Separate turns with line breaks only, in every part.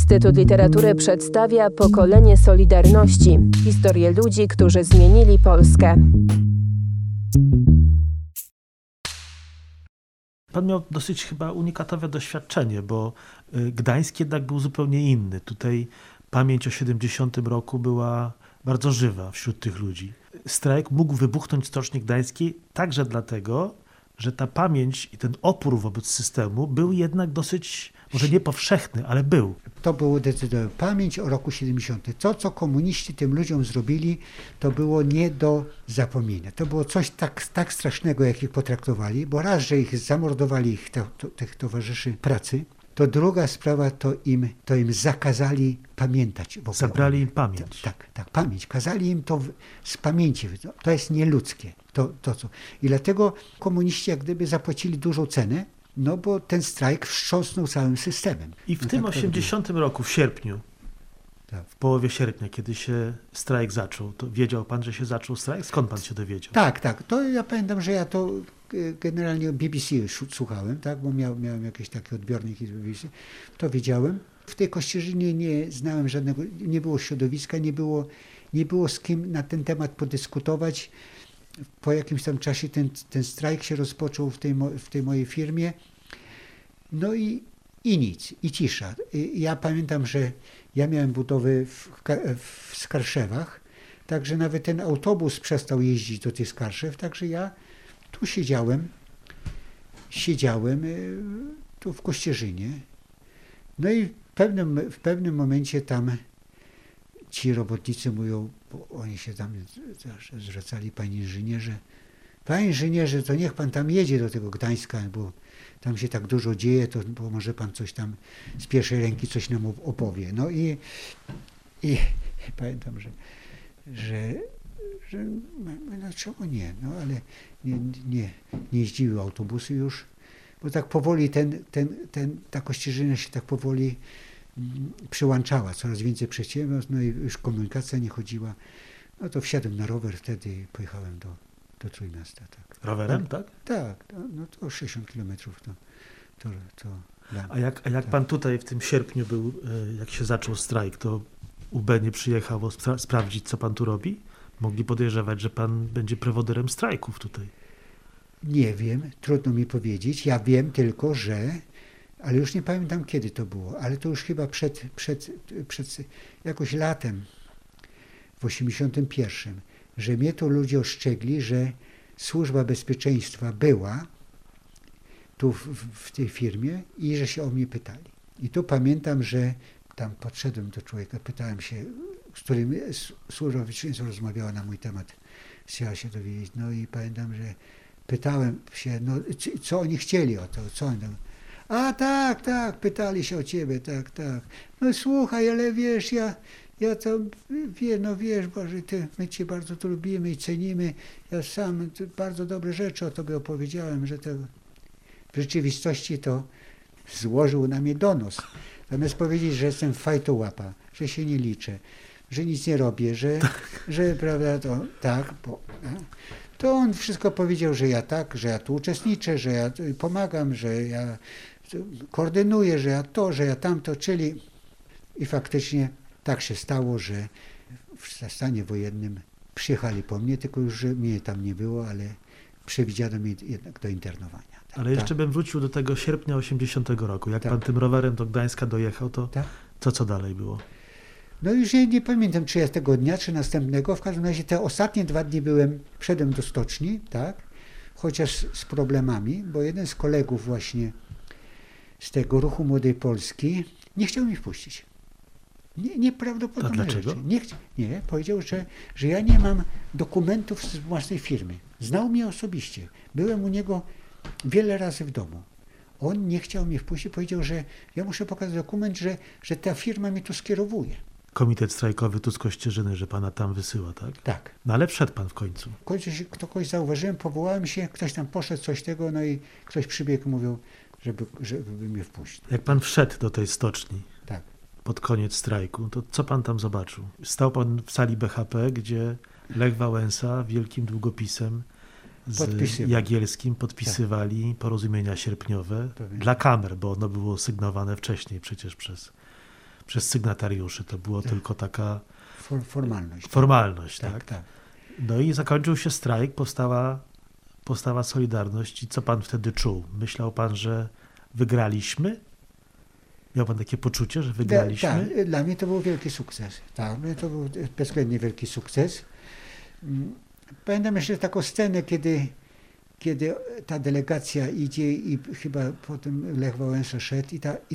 Instytut Literatury przedstawia Pokolenie Solidarności. Historię ludzi, którzy zmienili Polskę.
Pan miał dosyć chyba unikatowe doświadczenie, bo Gdańsk jednak był zupełnie inny. Tutaj pamięć o 70 roku była bardzo żywa wśród tych ludzi. Strajk mógł wybuchnąć w Stoczni Gdańskiej także dlatego, że ta pamięć i ten opór wobec systemu był jednak dosyć, może nie powszechny, ale był.
To było decydowanie pamięć o roku 70. To, co komuniści tym ludziom zrobili, to było nie do zapomnienia. To było coś tak strasznego, jak ich potraktowali, bo raz, że ich zamordowali, tych towarzyszy pracy, to druga sprawa, to im zakazali pamiętać.
Zabrali im pamięć.
Tak, pamięć. Kazali im to z pamięci. To jest nieludzkie. I dlatego komuniści jak gdyby zapłacili dużą cenę, no bo ten strajk wstrząsnął całym systemem.
I w tym 80 roku, w sierpniu, w połowie sierpnia, kiedy się strajk zaczął, to wiedział pan, że się zaczął strajk? Skąd pan się dowiedział?
Tak. To ja pamiętam, że ja to generalnie BBC słuchałem, tak, bo miałem jakieś takie odbiorniki z BBC. To wiedziałem. W tej Kościerzynie nie znałem żadnego, nie było środowiska, nie było z kim na ten temat podyskutować. Po jakimś tam czasie ten strajk się rozpoczął w tej mojej firmie. No i nic, i cisza. Ja pamiętam, że ja miałem budowę w Skarszewach, także nawet ten autobus przestał jeździć do tych Skarszew, także ja tu siedziałem tu w Kościerzynie. No i w pewnym momencie tam ci robotnicy mówią, bo oni się tam zwracali, panie inżynierze, to niech pan tam jedzie do tego Gdańska, bo tam się tak dużo dzieje, to bo może pan coś tam z pierwszej ręki coś nam opowie. No i pamiętam, że dlaczego nie? No ale nie jeździły autobusy już, bo tak powoli ta Kościerzyna się tak powoli przyłączała, coraz więcej przedsiębiorstw, no i już komunikacja nie chodziła. No to wsiadłem na rower wtedy i pojechałem do Trójmiasta. Tak.
Rowerem, tak?
Tak, no to 60 kilometrów to
A jak pan tutaj w tym sierpniu był, jak się zaczął strajk, to UB nie przyjechało sprawdzić, co pan tu robi? Mogli podejrzewać, że pan będzie prowodyrem strajków tutaj.
Nie wiem, trudno mi powiedzieć. Ja wiem tylko, ale już nie pamiętam, kiedy to było, ale to już chyba przed jakoś latem w 81, że mnie to ludzie ostrzegli, że Służba Bezpieczeństwa była tu w tej firmie i że się o mnie pytali. I tu pamiętam, że tam podszedłem do człowieka, pytałem się, z którym Służba Bezpieczeństwa rozmawiała na mój temat, chciała się dowiedzieć. No i pamiętam, że pytałem się, no co oni chcieli o to, co oni tam. A tak, pytali się o ciebie, tak. No słuchaj, ale wiesz, ja to, wiesz, Boże, my cię bardzo tu lubimy i cenimy. Ja sam bardzo dobre rzeczy o tobie opowiedziałem, że to w rzeczywistości to złożył na mnie donos. Zamiast powiedzieć, że jestem fajtołapa, że się nie liczę, że nic nie robię, że prawda, to on wszystko powiedział, że ja tu uczestniczę, że ja pomagam, że ja koordynuję, że ja tamto, czyli i faktycznie tak się stało, że w stanie wojennym przyjechali po mnie, tylko już, że mnie tam nie było, ale przewidziano mnie jednak do internowania. Tak,
ale jeszcze bym wrócił do tego sierpnia 80 roku. Jak pan tym rowerem do Gdańska dojechał, to co dalej było?
No już nie pamiętam, czy ja tego dnia, czy następnego. W każdym razie te ostatnie 2 dni wszedłem do stoczni, tak, chociaż z problemami, bo jeden z kolegów właśnie z tego Ruchu Młodej Polski nie chciał mi wpuścić. Nieprawdopodobne
dlaczego?
Rzeczy. Nie, powiedział, że ja nie mam dokumentów z własnej firmy. Znał mnie osobiście. Byłem u niego wiele razy w domu. On nie chciał mnie wpuścić, powiedział, że ja muszę pokazać dokument, że ta firma mnie tu skierowuje.
Komitet strajkowy tu z Kościerzyny, że pana tam wysyła, tak?
Tak.
No ale wszedł pan w końcu.
W końcu kogoś zauważyłem, powołałem się, ktoś tam poszedł, coś tego, no i ktoś przybiegł, mówił, żeby mnie wpuścić.
Jak pan wszedł do tej stoczni,
tak,
pod koniec strajku, to co pan tam zobaczył? Stał pan w sali BHP, gdzie Lech Wałęsa wielkim długopisem z Jagielskim podpisywali porozumienia sierpniowe dla kamer, bo ono było sygnowane wcześniej przecież przez sygnatariuszy. To było tylko taka
Formalność.
formalność.
Tak,
Tak?
tak.
No i zakończył się strajk, powstała Solidarność. I co pan wtedy czuł? Myślał pan, że wygraliśmy? Miał pan takie poczucie, że wygraliśmy?
Tak, dla mnie to był wielki sukces. Tak, dla mnie to był bezwzględnie wielki sukces. Pamiętam jeszcze taką scenę, kiedy ta delegacja idzie i chyba potem Lech Wałęsa szedł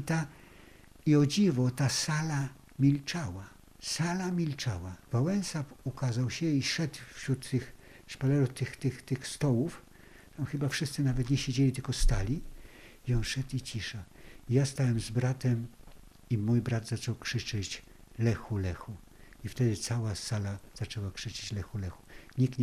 i o dziwo ta sala milczała. Sala milczała. Wałęsa ukazał się i szedł wśród tych szpalerów, tych stołów. Tam chyba wszyscy nawet nie siedzieli, tylko stali. I on szedł i cisza. Ja stałem z bratem i mój brat zaczął krzyczeć Lechu, Lechu. I wtedy cała sala zaczęła krzyczeć Lechu, Lechu. Nikt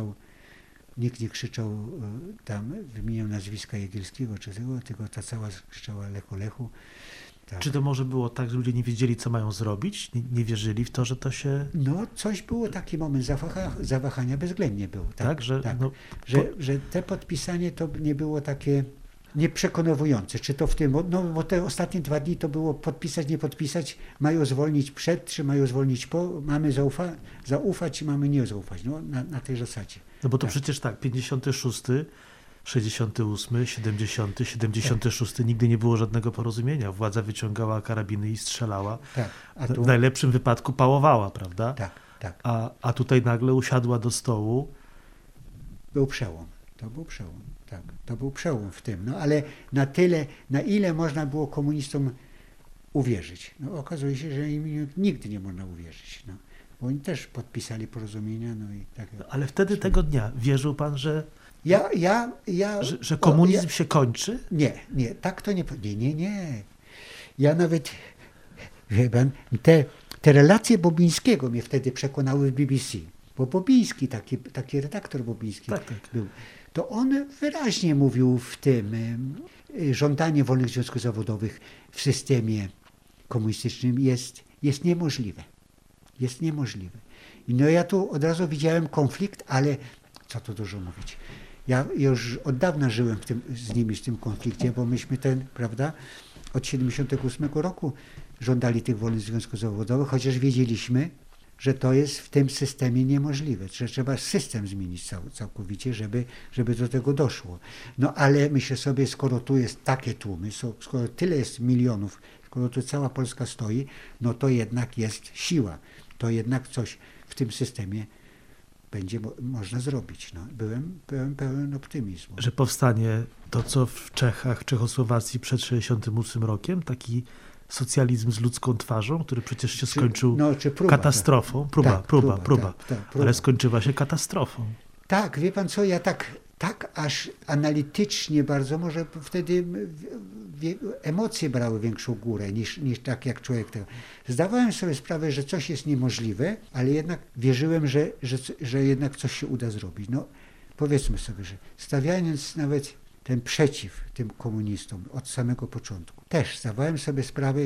nie krzyczał tam, wymieniał nazwiska Jagielskiego czy tego, tylko ta cała krzyczała Lechu, Lechu. Tak.
Czy to może było tak, że ludzie nie wiedzieli, co mają zrobić? Nie wierzyli w to, że to się...
No, coś było, taki moment zawahania bezwzględnie był.
Tak, że...
tak.
No,
Że te podpisanie to nie było takie nieprzekonujące. Czy to w tym, no bo te ostatnie 2 dni to było podpisać, nie podpisać, mają zwolnić przed, czy mają zwolnić po, mamy zaufać, czy mamy nie zaufać. No, na tej zasadzie.
No bo to
Tak.
przecież tak, 56, 68, 70, 76 nigdy nie było żadnego porozumienia. Władza wyciągała karabiny i strzelała.
Tak, a
W
tu,
najlepszym wypadku pałowała, prawda?
tak, tak.
A tutaj nagle usiadła do stołu.
Był przełom. To był przełom. Tak, to był przełom w tym. No ale na ile można było komunistom uwierzyć? No okazuje się, że im nigdy nie można uwierzyć. No. Bo oni też podpisali porozumienia, no i tak.
Ale wtedy tego dnia wierzył pan, że
Że
komunizm się kończy?
Nie, tak to nie. Ja nawet, wie pan, te relacje Bobińskiego mnie wtedy przekonały w BBC, bo Bobiński, taki redaktor Bobiński
Tak.
był, to on wyraźnie mówił w tym, żądanie wolnych związków zawodowych w systemie komunistycznym jest niemożliwe. Jest niemożliwe. I no ja tu od razu widziałem konflikt, ale co tu dużo mówić. Ja już od dawna żyłem z nimi w tym konflikcie, bo myśmy prawda, od 78 roku żądali tych wolnych związków zawodowych, chociaż wiedzieliśmy, że to jest w tym systemie niemożliwe, że trzeba system zmienić całkowicie, żeby do tego doszło. No ale myślę sobie, skoro tu jest takie tłumy, skoro tyle jest milionów, skoro tu cała Polska stoi, no to jednak jest siła, to jednak coś w tym systemie będzie można zrobić. No, byłem pełen optymizmu.
Że powstanie to, co w Czechach, Czechosłowacji przed 68 rokiem, taki socjalizm z ludzką twarzą, który przecież się skończył katastrofą. Próba. Ale skończyła się katastrofą.
Tak, wie pan co, ja tak aż analitycznie bardzo, może wtedy emocje brały większą górę niż tak jak człowiek tego. Zdawałem sobie sprawę, że coś jest niemożliwe, ale jednak wierzyłem, że jednak coś się uda zrobić. No powiedzmy sobie, że stawiając nawet ten przeciw tym komunistom od samego początku, też zdawałem sobie sprawę,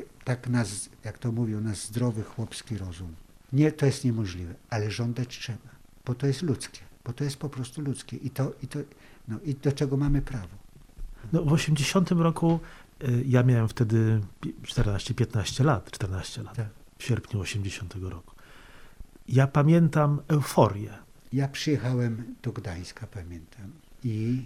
jak to mówią, na zdrowy chłopski rozum. Nie, to jest niemożliwe, ale żądać trzeba, bo to jest ludzkie. Bo to jest po prostu ludzkie i do czego mamy prawo.
No, w 80 roku ja miałem wtedy 14 lat,
tak.
w sierpniu 80 roku. Ja pamiętam euforię.
Ja przyjechałem do Gdańska, pamiętam, i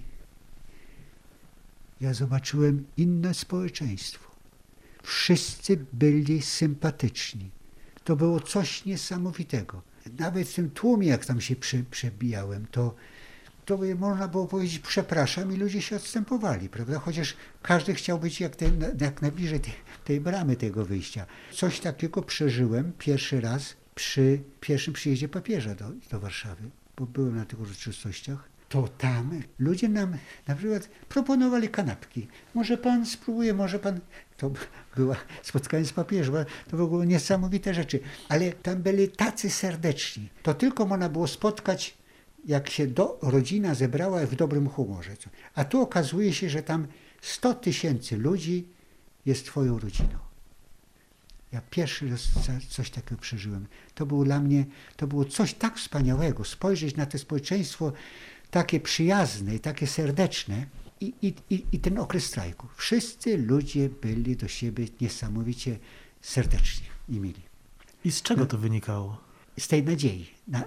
ja zobaczyłem inne społeczeństwo. Wszyscy byli sympatyczni. To było coś niesamowitego. Nawet w tym tłumie, jak tam się przebijałem, to można było powiedzieć przepraszam i ludzie się odstępowali, prawda? Chociaż każdy chciał być jak najbliżej tej bramy tego wyjścia. Coś takiego przeżyłem pierwszy raz przy pierwszym przyjeździe papieża do Warszawy, bo byłem na tych uroczystościach. To tam ludzie nam na przykład proponowali kanapki. Może pan spróbuje, może pan... To było spotkanie z papieżem, to w ogóle niesamowite rzeczy. Ale tam byli tacy serdeczni. To tylko można było spotkać, jak się rodzina zebrała w dobrym humorze. A tu okazuje się, że tam 100 000 ludzi jest twoją rodziną. Ja pierwszy raz coś takiego przeżyłem. To było dla mnie, to było coś tak wspaniałego. Spojrzeć na to społeczeństwo takie przyjazne i takie serdeczne i ten okres strajku. Wszyscy ludzie byli do siebie niesamowicie serdecznie i mili.
I z czego to wynikało?
Z tej nadziei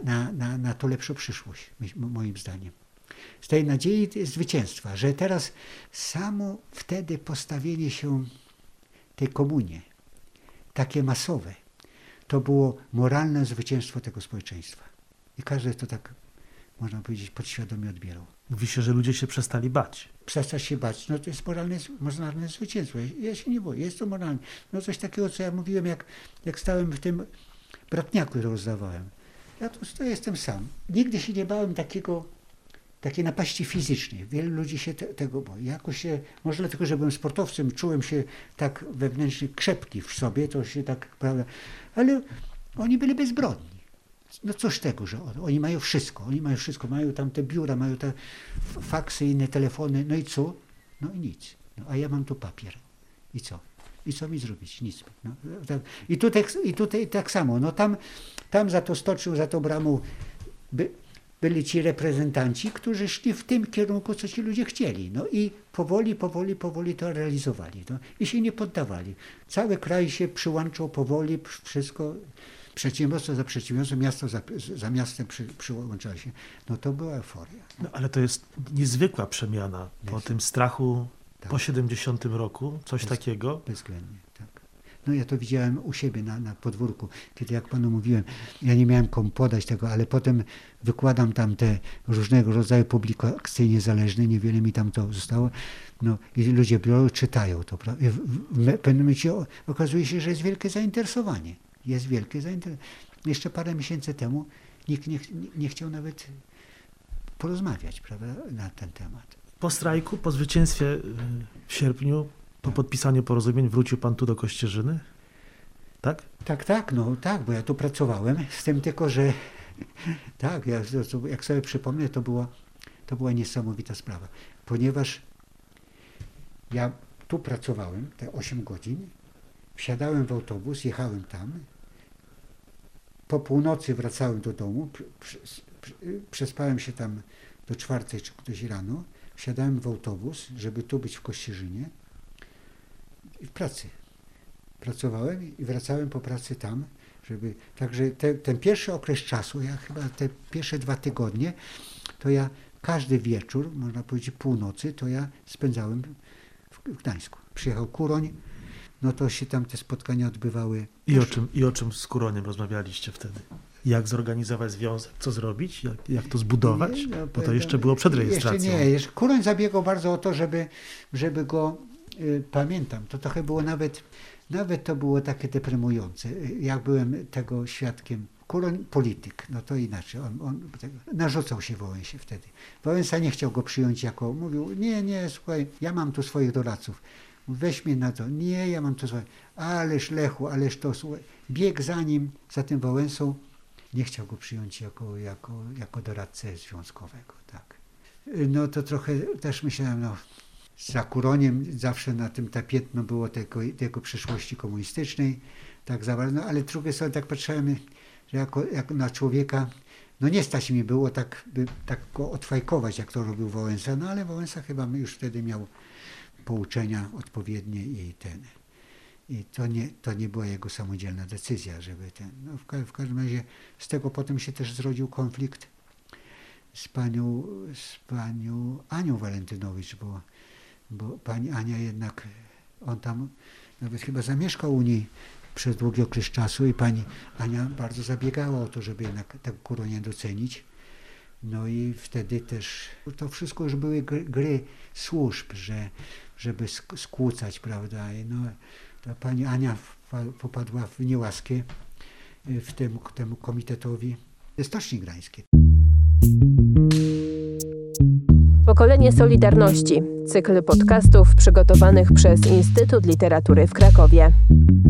na to lepszą przyszłość, moim zdaniem. Z tej nadziei zwycięstwa, że teraz samo wtedy postawienie się tej komunie, takie masowe, to było moralne zwycięstwo tego społeczeństwa. I każdy to tak, można powiedzieć, podświadomie odbierał.
Mówi się, że ludzie się przestali bać.
Przestać się bać, no to jest moralne zwycięstwo. Ja się nie boję, jest to moralne. No coś takiego, co ja mówiłem, jak stałem w tym bratniaku, który rozdawałem. Ja tu jestem sam. Nigdy się nie bałem takiej napaści fizycznej. Wielu ludzi się tego boi. Jakoś się, może dlatego, że byłem sportowcem, czułem się tak wewnętrznie krzepki w sobie, to się tak, prawda, ale oni byli bezbronni. No cóż tego, że oni mają wszystko, mają tam te biura, mają te faksy, inne telefony, no i co? No i nic. No, a ja mam tu papier. I co? I co mi zrobić? Nic. No, tak. I tutaj tak samo. No tam za to stoczył, za tą bramą byli ci reprezentanci, którzy szli w tym kierunku, co ci ludzie chcieli. No i powoli to realizowali. No, i się nie poddawali. Cały kraj się przyłączał powoli, wszystko. Przedsiębiorstwo za przedsiębiorstwem, miasto za miastem przyłączało się. No to była euforia.
No, ale to jest niezwykła przemiana po tym strachu po 70 roku, coś takiego.
Bezwzględnie, tak. No ja to widziałem u siebie na podwórku, kiedy jak panu mówiłem, ja nie miałem komu podać tego, ale potem wykładam tam te różnego rodzaju publikacje niezależne, niewiele mi tam to zostało, no i ludzie biorą, czytają to. I w pewnym momencie okazuje się, że jest wielkie zainteresowanie. Jest wielkie zainteresowanie. Jeszcze parę miesięcy temu nikt nie chciał nawet porozmawiać, prawda, na ten temat.
Po strajku, po zwycięstwie w sierpniu, po podpisaniu porozumień wrócił pan tu do Kościerzyny? Tak?
Tak, bo ja tu pracowałem, z tym tylko, że tak, jak sobie przypomnę, to była niesamowita sprawa, ponieważ ja tu pracowałem te 8 godzin, wsiadałem w autobus, jechałem tam, po północy wracałem do domu, przespałem się tam do 4 czy ktoś rano, wsiadałem w autobus, żeby tu być w Kościerzynie i w pracy. Pracowałem i wracałem po pracy tam, także ten pierwszy okres czasu, ja chyba te pierwsze 2 tygodnie, to ja każdy wieczór, można powiedzieć północy, to ja spędzałem w Gdańsku. Przyjechał Kuroń, no to się tam te spotkania odbywały.
I o czym z Kuroniem rozmawialiście wtedy? Jak zorganizować związek? Co zrobić? Jak to zbudować? Bo to jeszcze było przed rejestracją.
Jeszcze Kuroń zabiegał bardzo o to, żeby go, pamiętam, to trochę było nawet to było takie deprymujące. Jak byłem tego świadkiem. Kuroń polityk, no to inaczej. On narzucał się Wałęsie wtedy. Wałęsa nie chciał go przyjąć jako, mówił, nie, słuchaj, ja mam tu swoich doradców. Weź mnie na to. Nie, ja mam to swoje. Ależ Lechu, ależ to, słuchaj. Biegł za tym Wałęsą. Nie chciał go przyjąć jako doradcę związkowego, tak. No to trochę też myślałem, no, za Kuroniem zawsze na tym tapietno było tego przyszłości komunistycznej, tak zawarte, no ale z drugiej strony tak patrzyłem, że jak na człowieka, no nie stać mi było tak go odfajkować, jak to robił Wałęsa, no ale Wałęsa chyba już wtedy miał pouczenia odpowiednie i to nie była jego samodzielna decyzja, żeby no w każdym razie z tego potem się też zrodził konflikt z panią Anią Walentynowicz, bo pani Ania jednak, on tam nawet chyba zamieszkał u niej przez długi okres czasu i pani Ania bardzo zabiegała o to, żeby jednak tego Kuronia docenić. No i wtedy też to wszystko już były gry służb, żeby skłócać, prawda. I no, ta pani Ania popadła w niełaskę temu komitetowi Stoczni Gdańskiej.
Pokolenie Solidarności. Cykl podcastów przygotowanych przez Instytut Literatury w Krakowie.